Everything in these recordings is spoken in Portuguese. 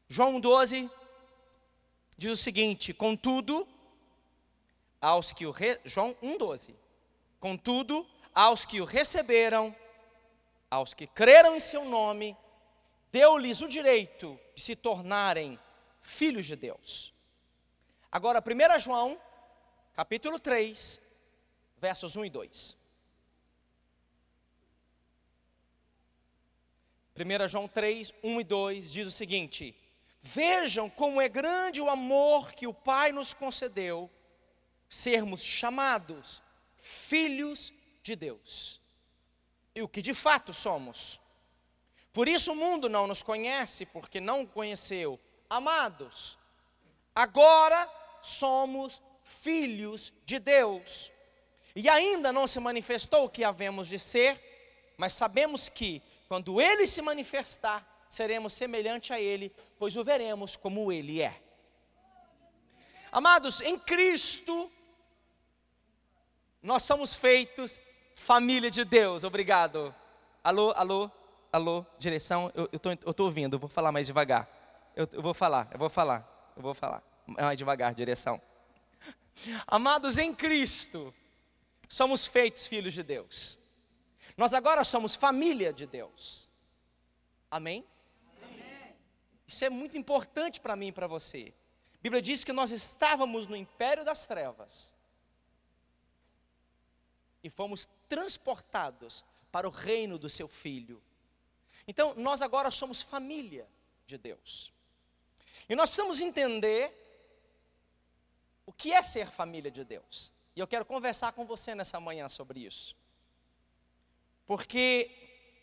João 12 diz o seguinte: contudo, João 1,12. Contudo, aos que o receberam, aos que creram em seu nome, deu-lhes o direito de se tornarem filhos de Deus. Agora, 1 João, capítulo 3, versos 1 e 2. 1 João 3, 1 e 2 diz o seguinte: vejam como é grande o amor que o Pai nos concedeu, sermos chamados filhos de Deus. E o que de fato somos. Por isso o mundo não nos conhece, porque não o conheceu. Amados, agora somos filhos de Deus. E ainda não se manifestou o que havemos de ser, mas sabemos que, quando Ele se manifestar, seremos semelhante a Ele, pois o veremos como Ele é. Amados, em Cristo, nós somos feitos família de Deus. Obrigado. Alô, alô, alô, direção, eu estou ouvindo, eu vou falar mais devagar. Eu vou falar mais devagar, direção. Amados, em Cristo, somos feitos filhos de Deus. Nós agora somos família de Deus. Amém? Amém. Isso é muito importante para mim e para você. A Bíblia diz que nós estávamos no império das trevas e fomos transportados para o reino do seu Filho. Então, nós agora somos família de Deus. E nós precisamos entender o que é ser família de Deus. E eu quero conversar com você nessa manhã sobre isso. Porque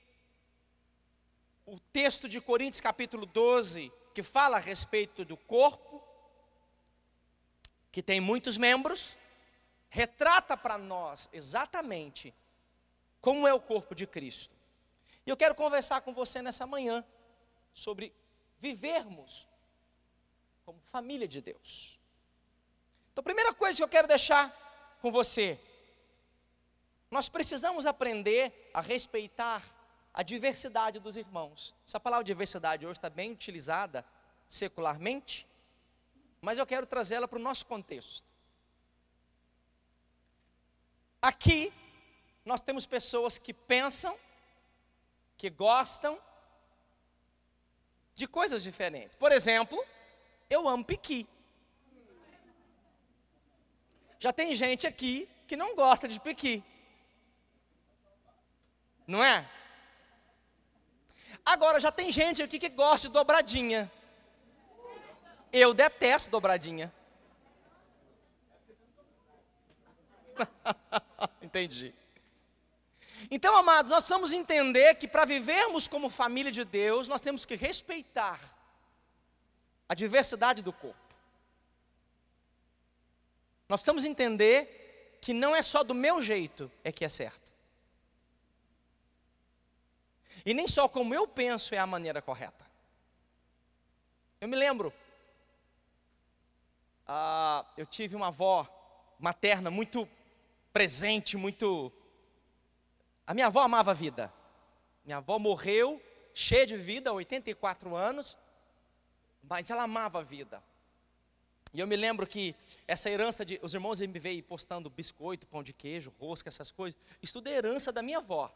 o texto de Coríntios capítulo 12, que fala a respeito do corpo, que tem muitos membros, retrata para nós exatamente como é o corpo de Cristo. E eu quero conversar com você nessa manhã sobre vivermos como família de Deus. Então, a primeira coisa que eu quero deixar com você: nós precisamos aprender a respeitar a diversidade dos irmãos. Essa palavra diversidade hoje está bem utilizada secularmente, mas eu quero trazê-la para o nosso contexto. Aqui, nós temos pessoas que pensam, que gostam de coisas diferentes. Por exemplo, eu amo piqui. Já tem gente aqui que não gosta de piqui. Não é? Agora, já tem gente aqui que gosta de dobradinha. Eu detesto dobradinha. Entendi. Então, amados, nós precisamos entender que para vivermos como família de Deus, nós temos que respeitar a diversidade do corpo. Nós precisamos entender que não é só do meu jeito é que é certo. E nem só como eu penso é a maneira correta. Eu me lembro, eu tive uma avó materna muito presente, A minha avó amava a vida. Minha avó morreu, cheia de vida, 84 anos, mas ela amava a vida. E eu me lembro que essa herança os irmãos me veem postando biscoito, pão de queijo, rosca, essas coisas. Isso tudo é herança da minha avó.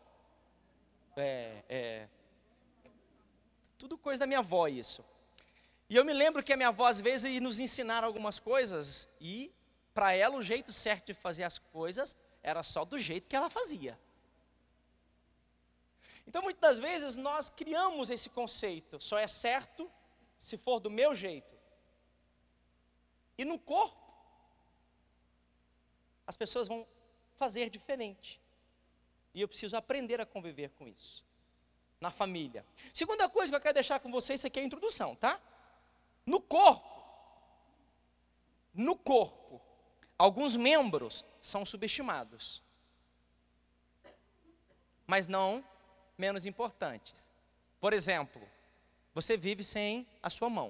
Tudo coisa da minha avó isso. E eu me lembro que a minha avó às vezes ia nos ensinar algumas coisas, e para ela o jeito certo de fazer as coisas era só do jeito que ela fazia. Então muitas das vezes nós criamos esse conceito, só é certo se for do meu jeito. E no corpo, as pessoas vão fazer diferente. E eu preciso aprender a conviver com isso. Na família. Segunda coisa que eu quero deixar com vocês, isso aqui é a introdução, tá? No corpo, alguns membros são subestimados. Mas não menos importantes. Por exemplo, você vive sem a sua mão.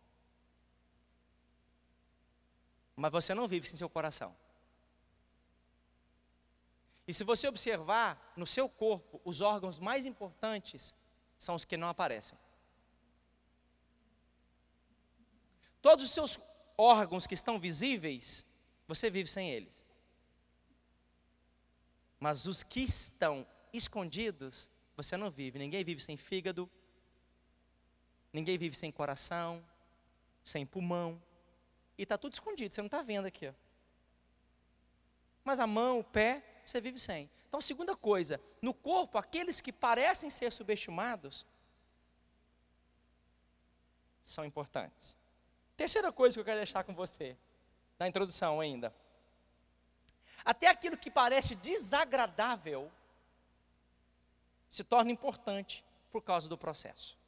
Mas você não vive sem seu coração. E se você observar, no seu corpo, os órgãos mais importantes são os que não aparecem. Todos os seus órgãos que estão visíveis, você vive sem eles. Mas os que estão escondidos, você não vive. Ninguém vive sem fígado, ninguém vive sem coração, sem pulmão. E está tudo escondido, você não está vendo aqui. Ó. Mas a mão, o pé, você vive sem. Então, segunda coisa, no corpo, aqueles que parecem ser subestimados, são importantes. Terceira coisa que eu quero deixar com você, na introdução ainda. Até aquilo que parece desagradável, se torna importante por causa do processo.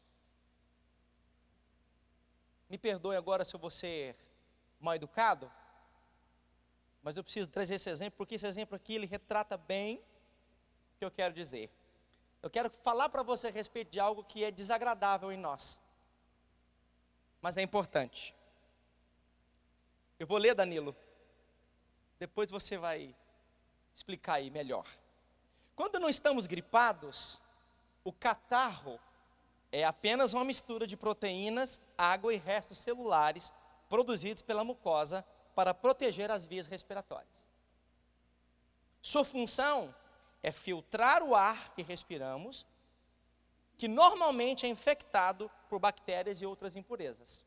Me perdoe agora se eu vou ser mal educado, mas eu preciso trazer esse exemplo, porque esse exemplo aqui, ele retrata bem o que eu quero dizer. Eu quero falar para você a respeito de algo que é desagradável em nós, mas é importante. Eu vou ler, Danilo, depois você vai explicar aí melhor. Quando não estamos gripados, o catarro é apenas uma mistura de proteínas, água e restos celulares produzidos pela mucosa para proteger as vias respiratórias. Sua função é filtrar o ar que respiramos, que normalmente é infectado por bactérias e outras impurezas.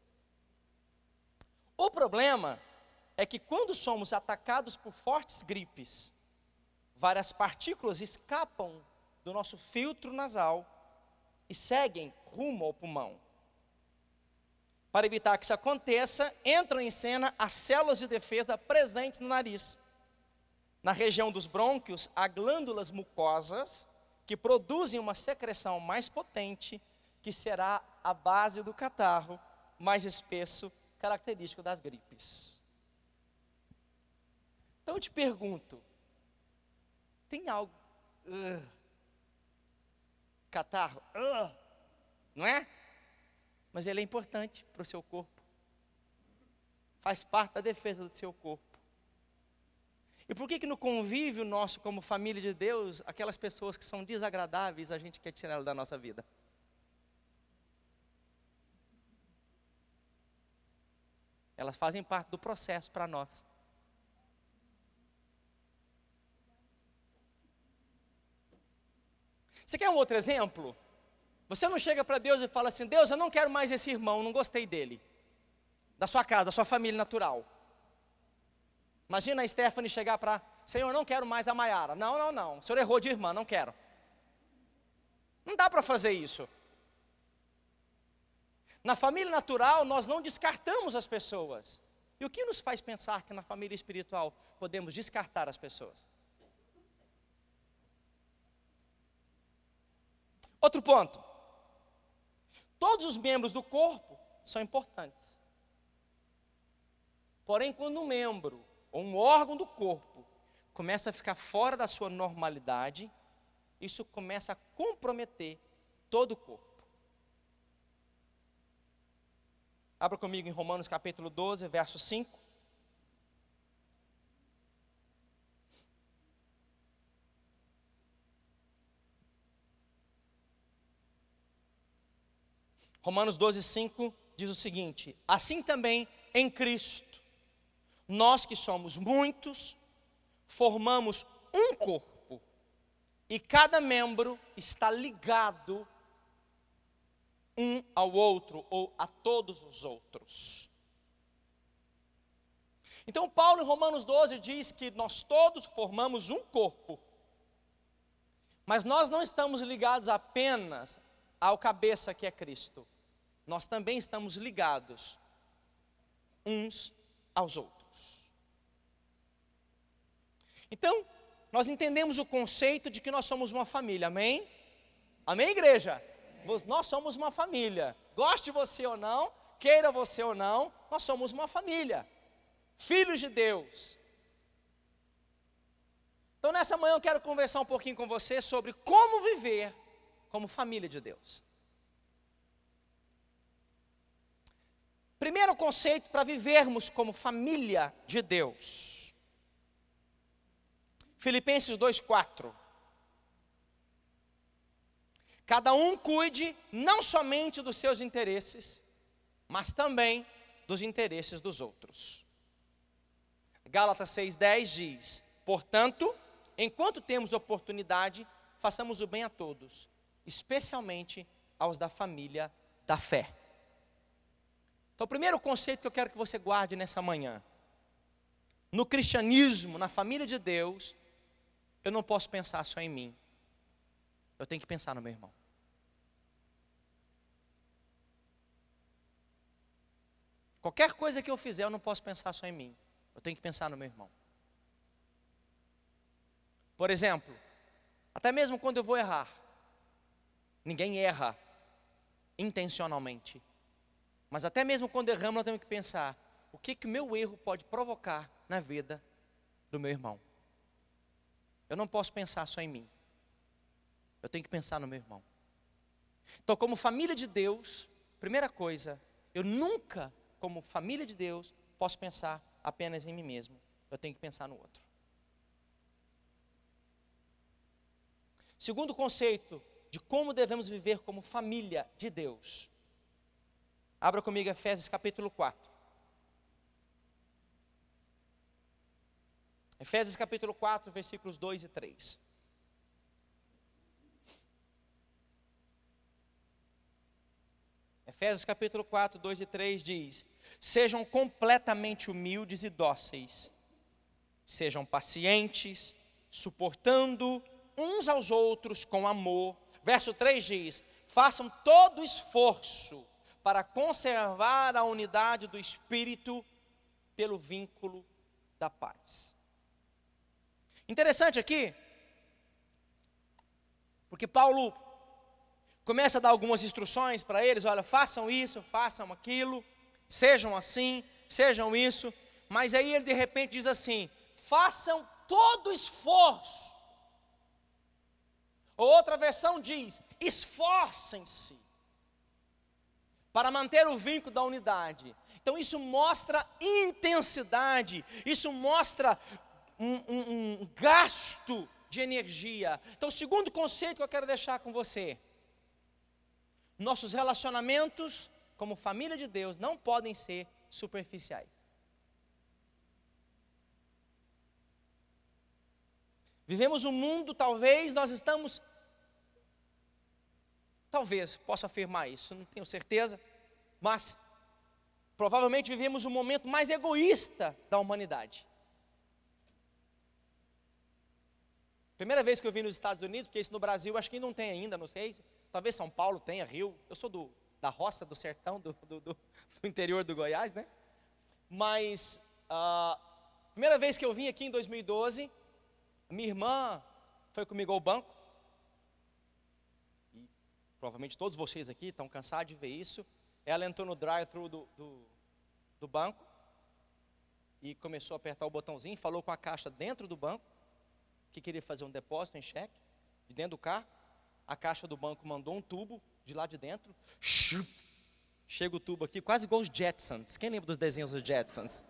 O problema é que quando somos atacados por fortes gripes, várias partículas escapam do nosso filtro nasal e seguem rumo ao pulmão. Para evitar que isso aconteça, entram em cena as células de defesa presentes no nariz. Na região dos brônquios, há glândulas mucosas que produzem uma secreção mais potente, que será a base do catarro mais espesso, característico das gripes. Então eu te pergunto, tem algo, catarro, não é? Mas ele é importante para o seu corpo, faz parte da defesa do seu corpo. E por que no convívio nosso como família de Deus, aquelas pessoas que são desagradáveis, a gente quer tirá-las da nossa vida? Elas fazem parte do processo para nós. Você quer um outro exemplo? Você não chega para Deus e fala assim: Deus, eu não quero mais esse irmão, não gostei dele, da sua casa, da sua família natural. Imagina a Stephanie chegar para: Senhor, eu não quero mais a Maiara. Não, o senhor errou de irmã, não quero. Não dá para fazer isso. Na família natural, nós não descartamos as pessoas. E o que nos faz pensar que na família espiritual podemos descartar as pessoas? Outro ponto. Todos os membros do corpo são importantes. Porém, quando um membro ou um órgão do corpo começa a ficar fora da sua normalidade, isso começa a comprometer todo o corpo. Abra comigo em Romanos capítulo 12, verso 5. Romanos 12, 5 diz o seguinte: assim também em Cristo, nós que somos muitos, formamos um corpo, e cada membro está ligado um ao outro, ou a todos os outros. Então Paulo em Romanos 12 diz que nós todos formamos um corpo, mas nós não estamos ligados apenas ao cabeça que é Cristo, nós também estamos ligados uns aos outros. Então, nós entendemos o conceito de que nós somos uma família, amém? Amém, igreja? Nós somos uma família, goste você ou não, queira você ou não, nós somos uma família, filhos de Deus. Então nessa manhã eu quero conversar um pouquinho com você sobre como viver como família de Deus. Primeiro conceito para vivermos como família de Deus. Filipenses 2:4. Cada um cuide não somente dos seus interesses, mas também dos interesses dos outros. Gálatas 6,10 diz: portanto, enquanto temos oportunidade, façamos o bem a todos, especialmente aos da família da fé. Então, o primeiro conceito que eu quero que você guarde nessa manhã: no cristianismo, na família de Deus, eu não posso pensar só em mim, eu tenho que pensar no meu irmão. Qualquer coisa que eu fizer, eu não posso pensar só em mim, eu tenho que pensar no meu irmão. Por exemplo, até mesmo quando eu vou errar, ninguém erra intencionalmente, mas até mesmo quando erramos, nós temos que pensar: o que o meu erro pode provocar na vida do meu irmão? Eu não posso pensar só em mim, eu tenho que pensar no meu irmão. Então, como família de Deus, primeira coisa, eu nunca, como família de Deus, posso pensar apenas em mim mesmo, eu tenho que pensar no outro. Segundo conceito de como devemos viver como família de Deus. Abra comigo Efésios capítulo 4. Efésios capítulo 4, versículos 2 e 3. Efésios capítulo 4, 2 e 3 diz: sejam completamente humildes e dóceis, sejam pacientes, suportando uns aos outros com amor. Verso 3 diz: façam todo esforço para conservar a unidade do Espírito pelo vínculo da paz. Interessante aqui, porque Paulo começa a dar algumas instruções para eles: olha, façam isso, façam aquilo, sejam assim, sejam isso. Mas aí ele de repente diz assim: façam todo esforço. Ou outra versão diz: esforcem-se para manter o vínculo da unidade. Então isso mostra intensidade, isso mostra um gasto de energia. Então, o segundo conceito que eu quero deixar com você: nossos relacionamentos como família de Deus não podem ser superficiais. Vivemos um mundo, talvez posso afirmar isso, não tenho certeza, mas provavelmente vivemos um momento mais egoísta da humanidade. Primeira vez que eu vim nos Estados Unidos, porque isso no Brasil acho que não tem ainda, não sei, talvez São Paulo tenha, Rio, eu sou da roça, do sertão, do interior do Goiás, né? Mas, primeira vez que eu vim aqui em 2012, minha irmã foi comigo ao banco, e provavelmente todos vocês aqui estão cansados de ver isso. Ela entrou no drive-thru do banco, e começou a apertar o botãozinho, falou com a caixa dentro do banco, que queria fazer um depósito em cheque, de dentro do carro. A caixa do banco mandou um tubo de lá de dentro, chega o tubo aqui, quase igual os Jetsons. Quem lembra dos desenhos dos Jetsons?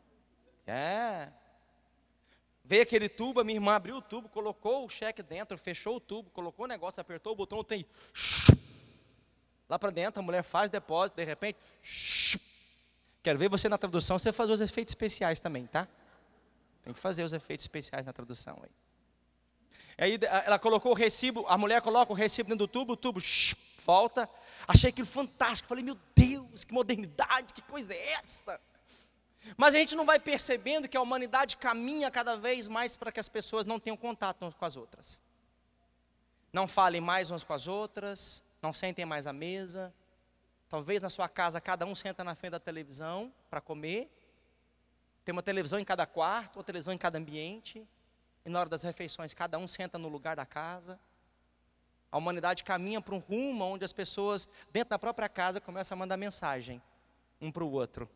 Veio aquele tubo, a minha irmã abriu o tubo, colocou o cheque dentro, fechou o tubo, colocou o negócio, apertou o botão, tem lá para dentro, a mulher faz depósito, de repente, quero ver você na tradução, você fazer os efeitos especiais também, tá? Tem que fazer os efeitos especiais na tradução aí. Aí ela colocou o recibo, a mulher coloca o recibo dentro do tubo, o tubo volta. Achei aquilo fantástico, falei: meu Deus, que modernidade, que coisa é essa? Mas a gente não vai percebendo que a humanidade caminha cada vez mais para que as pessoas não tenham contato umas com as outras. Não falem mais umas com as outras, não sentem mais à mesa. Talvez na sua casa cada um senta na frente da televisão para comer. Tem uma televisão em cada quarto, uma televisão em cada ambiente. E na hora das refeições, cada um senta no lugar da casa. A humanidade caminha para um rumo onde as pessoas, dentro da própria casa, começam a mandar mensagem um para o outro.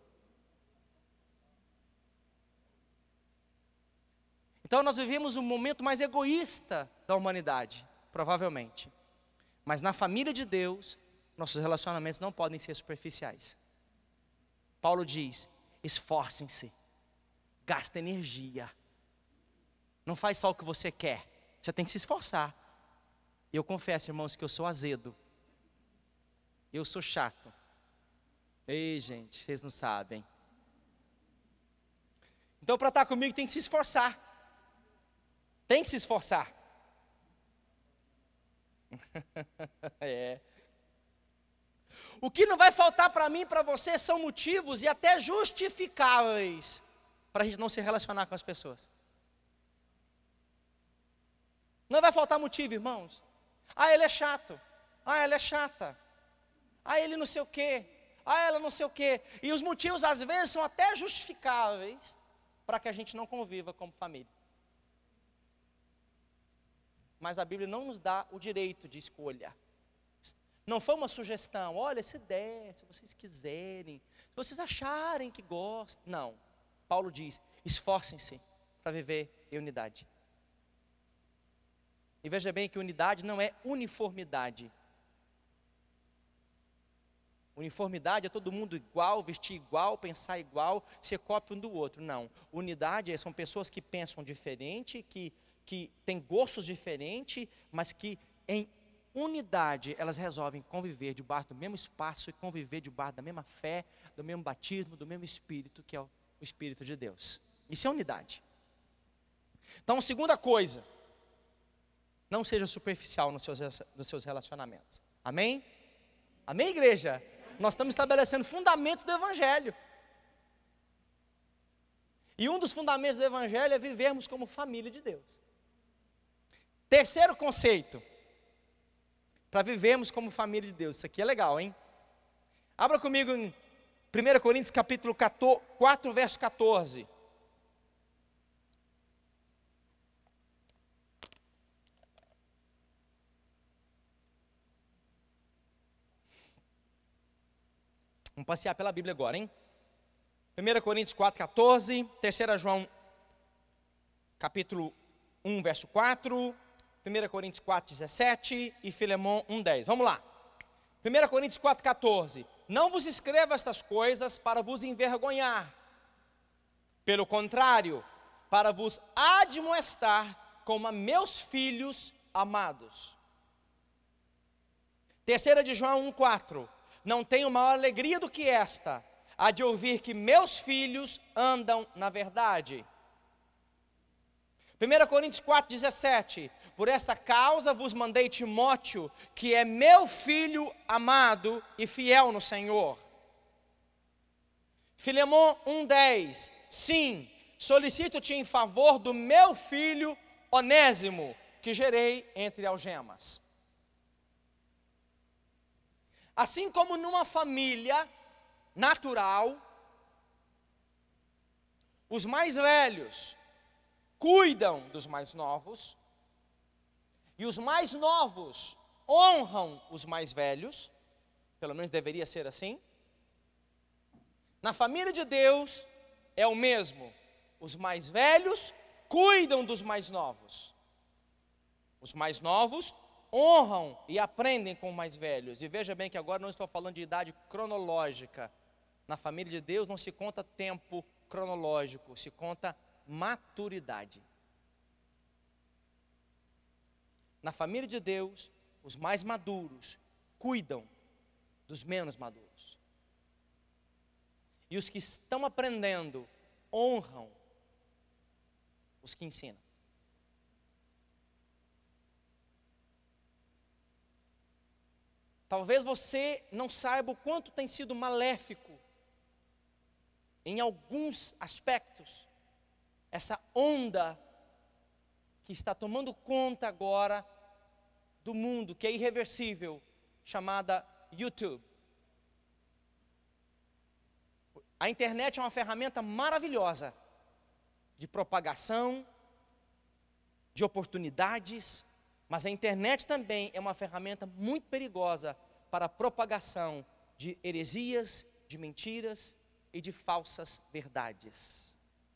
Então nós vivemos um momento mais egoísta da humanidade, provavelmente. Mas na família de Deus, nossos relacionamentos não podem ser superficiais. Paulo diz: esforcem-se, gastem energia. Não faz só o que você quer, você tem que se esforçar. Eu confesso, irmãos, que eu sou azedo. Eu sou chato. Ei, gente, vocês não sabem. Então, para estar comigo, tem que se esforçar. Tem que se esforçar. É. O que não vai faltar para mim e para você são motivos e até justificáveis para a gente não se relacionar com as pessoas. Não vai faltar motivo, irmãos. Ah, ele é chato. Ah, ela é chata. Ah, ele não sei o quê. Ah, ela não sei o quê. E os motivos às vezes são até justificáveis para que a gente não conviva como família. Mas a Bíblia não nos dá o direito de escolha. Não foi uma sugestão, olha, se der, se vocês quiserem, se vocês acharem que gostam. Não, Paulo diz, esforcem-se para viver em unidade. E veja bem que unidade não é uniformidade. Uniformidade é todo mundo igual, vestir igual, pensar igual, ser cópia um do outro. Não, unidade são pessoas que pensam diferente, que têm gostos diferentes, mas que em unidade, elas resolvem conviver debaixo do mesmo espaço e conviver debaixo da mesma fé, do mesmo batismo, do mesmo Espírito, que é o Espírito de Deus. Isso é unidade. Então, segunda coisa, não seja superficial nos seus relacionamentos. Amém? Amém, igreja? Nós estamos estabelecendo fundamentos do Evangelho. E um dos fundamentos do Evangelho é vivermos como família de Deus. Terceiro conceito, para vivermos como família de Deus. Isso aqui é legal, hein? Abra comigo em 1 Coríntios capítulo 4, verso 14. Vamos passear pela Bíblia agora, hein? 1 Coríntios 4, 14. 3 João capítulo 1, verso 4. 1 Coríntios 4, 17 e Filemão 1, 10. Vamos lá. 1 Coríntios 4, 14. Não vos escrevo estas coisas para vos envergonhar. Pelo contrário, para vos admoestar como a meus filhos amados. 3 João 1, 4. Não tenho maior alegria do que esta, a de ouvir que meus filhos andam na verdade. 1 Coríntios 4, 17. Por esta causa vos mandei Timóteo, que é meu filho amado e fiel no Senhor. Filemão 1:10. Sim, solicito-te em favor do meu filho Onésimo, que gerei entre algemas. Assim como numa família natural, os mais velhos cuidam dos mais novos, e os mais novos honram os mais velhos, pelo menos deveria ser assim. Na família de Deus é o mesmo, os mais velhos cuidam dos mais novos, os mais novos honram e aprendem com os mais velhos. E veja bem que agora não estou falando de idade cronológica. Na família de Deus não se conta tempo cronológico, se conta maturidade. Na família de Deus, os mais maduros cuidam dos menos maduros. E os que estão aprendendo honram os que ensinam. Talvez você não saiba o quanto tem sido maléfico, em alguns aspectos, essa onda que está tomando conta agora do mundo, que é irreversível, chamada YouTube. A internet é uma ferramenta maravilhosa de propagação, de oportunidades, mas a internet também é uma ferramenta muito perigosa para a propagação de heresias, de mentiras e de falsas verdades.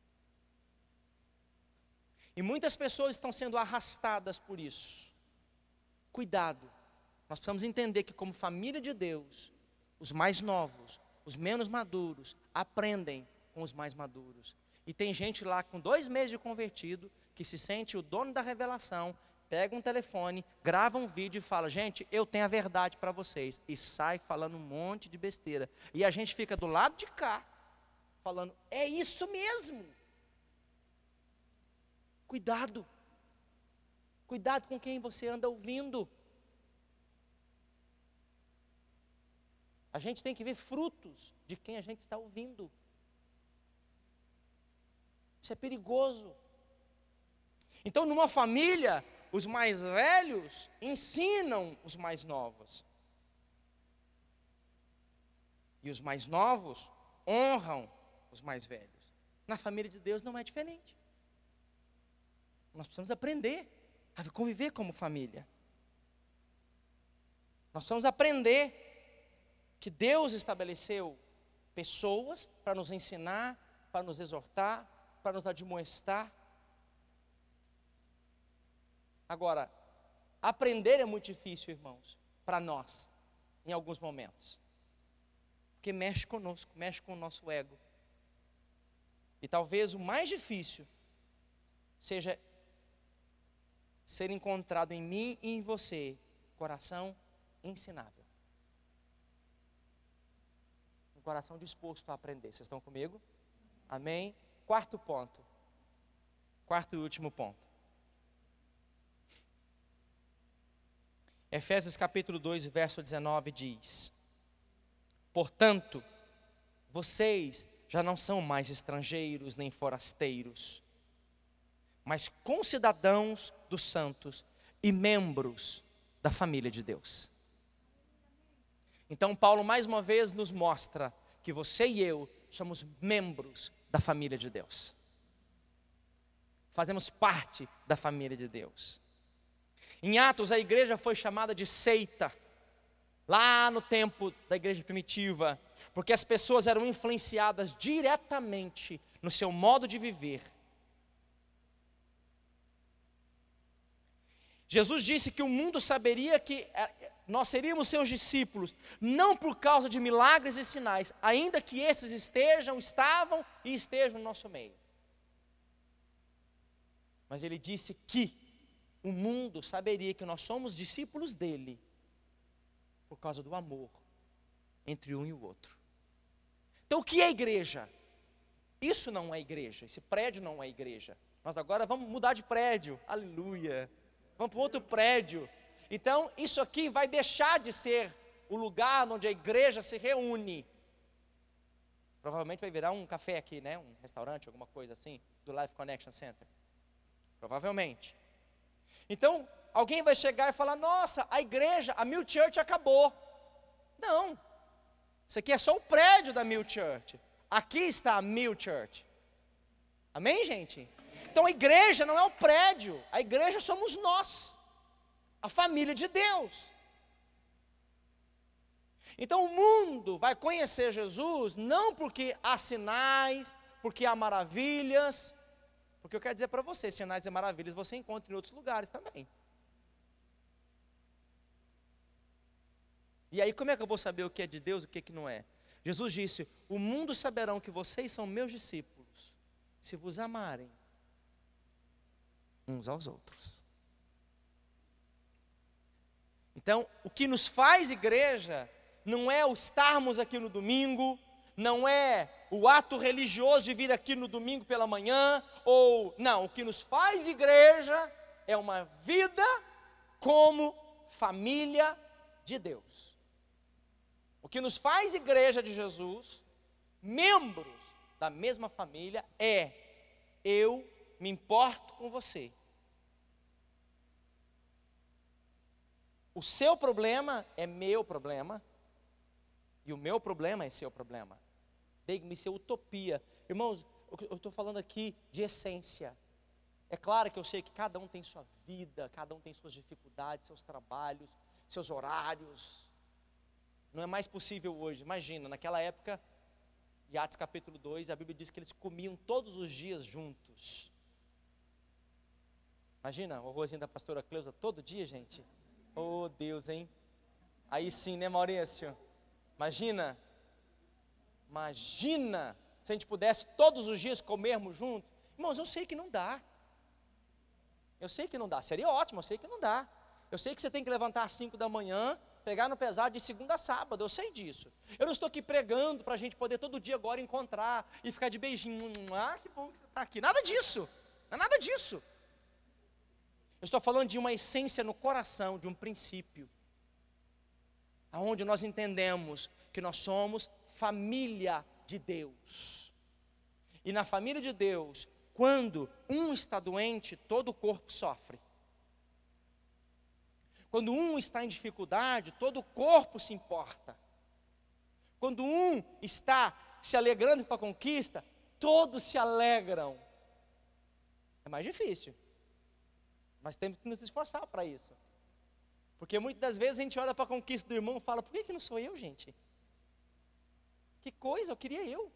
E muitas pessoas estão sendo arrastadas por isso. Cuidado, nós precisamos entender que como família de Deus, os mais novos, os menos maduros, aprendem com os mais maduros. E tem gente lá com 2 meses de convertido, que se sente o dono da revelação, pega um telefone, grava um vídeo e fala: gente, eu tenho a verdade para vocês. E sai falando um monte de besteira. E a gente fica do lado de cá, falando: é isso mesmo. Cuidado. Cuidado com quem você anda ouvindo. A gente tem que ver frutos de quem a gente está ouvindo. Isso é perigoso. Então, numa família, os mais velhos ensinam os mais novos. E os mais novos honram os mais velhos. Na família de Deus não é diferente. Nós precisamos aprender a conviver como família. Nós precisamos aprender que Deus estabeleceu pessoas para nos ensinar, para nos exortar, para nos admoestar. Agora, aprender é muito difícil, irmãos, para nós, em alguns momentos. Porque mexe conosco, mexe com o nosso ego. E talvez o mais difícil seja ser encontrado em mim e em você, coração ensinável. Um coração disposto a aprender. Vocês estão comigo? Amém? Quarto ponto. Quarto e último ponto. Efésios capítulo 2, verso 19 diz: portanto, vocês já não são mais estrangeiros nem forasteiros, mas concidadãos dos santos e membros da família de Deus. Então Paulo mais uma vez nos mostra que você e eu somos membros da família de Deus. Fazemos parte da família de Deus. Em Atos, a igreja foi chamada de seita, lá no tempo da igreja primitiva, porque as pessoas eram influenciadas diretamente no seu modo de viver. Jesus disse que o mundo saberia que nós seríamos seus discípulos, não por causa de milagres e sinais, ainda que esses estavam e estejam no nosso meio. Mas ele disse que o mundo saberia que nós somos discípulos dele por causa do amor entre um e o outro. Então o que é igreja? Isso não é igreja, esse prédio não é igreja. Nós agora vamos mudar de prédio, aleluia. Vamos para outro prédio. Então isso aqui vai deixar de ser o lugar onde a igreja se reúne. Provavelmente vai virar um café aqui, né? Um restaurante, alguma coisa assim, do Life Connection Center. Provavelmente. Então, alguém vai chegar e falar: nossa, a igreja, a Mill Church acabou. Não, isso aqui é só o prédio da Mill Church. Aqui está a Mill Church. Amém, gente? Então a igreja não é o prédio, a igreja somos nós, a família de Deus. Então o mundo vai conhecer Jesus não porque há sinais, porque há maravilhas. Porque eu quero dizer para você, sinais e maravilhas você encontra em outros lugares também. E aí como é que eu vou saber o que é de Deus e o que não é? Jesus disse: o mundo saberão que vocês são meus discípulos, se vos amarem uns aos outros. Então, o que nos faz igreja não é o estarmos aqui no domingo, não é o ato religioso de vir aqui no domingo pela manhã, ou não, o que nos faz igreja é uma vida como família de Deus. O que nos faz igreja de Jesus, membros da mesma família, é: eu me importo com você. O seu problema é meu problema, e o meu problema é seu problema. Deixe-me ser utopia. Irmãos, eu estou falando aqui de essência. É claro que eu sei que cada um tem sua vida, cada um tem suas dificuldades, seus trabalhos, seus horários. Não é mais possível hoje. Imagina, naquela época, em Atos capítulo 2, a Bíblia diz que eles comiam todos os dias juntos. Imagina o arrozinho da pastora Cleusa todo dia, gente. Oh Deus, hein? Aí sim, né, Maurício? Imagina se a gente pudesse todos os dias comermos juntos. Irmãos, eu sei que não dá. Eu sei que não dá, seria ótimo, eu sei que não dá. Eu sei que você tem que levantar às 5 da manhã, pegar no pesado de segunda a sábado, eu sei disso. Eu não estou aqui pregando para a gente poder todo dia agora encontrar e ficar de beijinho. Ah, que bom que você está aqui. Nada disso, não é nada disso. Eu estou falando de uma essência no coração, de um princípio. Onde nós entendemos que nós somos família de Deus. E na família de Deus, quando um está doente, todo o corpo sofre. Quando um está em dificuldade, todo o corpo se importa. Quando um está se alegrando com a conquista, todos se alegram. É mais difícil, mas temos que nos esforçar para isso. Porque muitas das vezes a gente olha para a conquista do irmão e fala: por que não sou eu, gente? Que coisa, eu queria eu.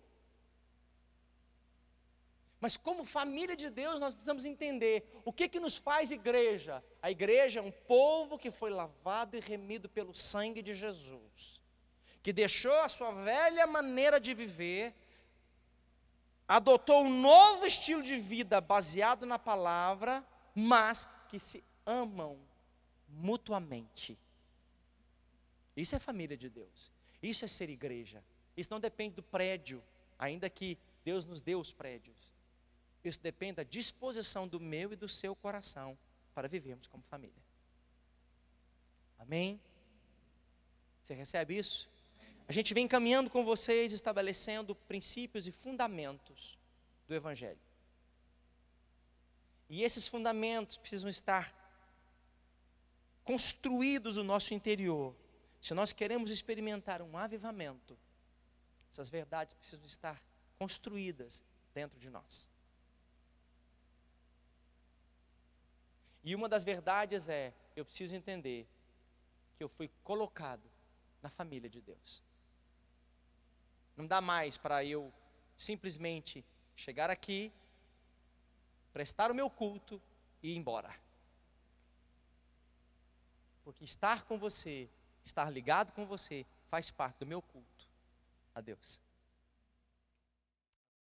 Mas como família de Deus, nós precisamos entender o que nos faz igreja. A igreja é um povo que foi lavado e remido pelo sangue de Jesus, que deixou a sua velha maneira de viver, adotou um novo estilo de vida baseado na palavra, mas que se amam mutuamente. Isso é família de Deus, isso é ser igreja. Isso não depende do prédio, ainda que Deus nos dê os prédios. Isso depende da disposição do meu e do seu coração para vivermos como família. Amém? Você recebe isso? A gente vem caminhando com vocês, estabelecendo princípios e fundamentos do Evangelho. E esses fundamentos precisam estar construídos no nosso interior. Se nós queremos experimentar um avivamento, essas verdades precisam estar construídas dentro de nós. E uma das verdades é: eu preciso entender que eu fui colocado na família de Deus. Não dá mais para eu simplesmente chegar aqui, prestar o meu culto e ir embora. Porque estar com você, estar ligado com você, faz parte do meu culto a Deus.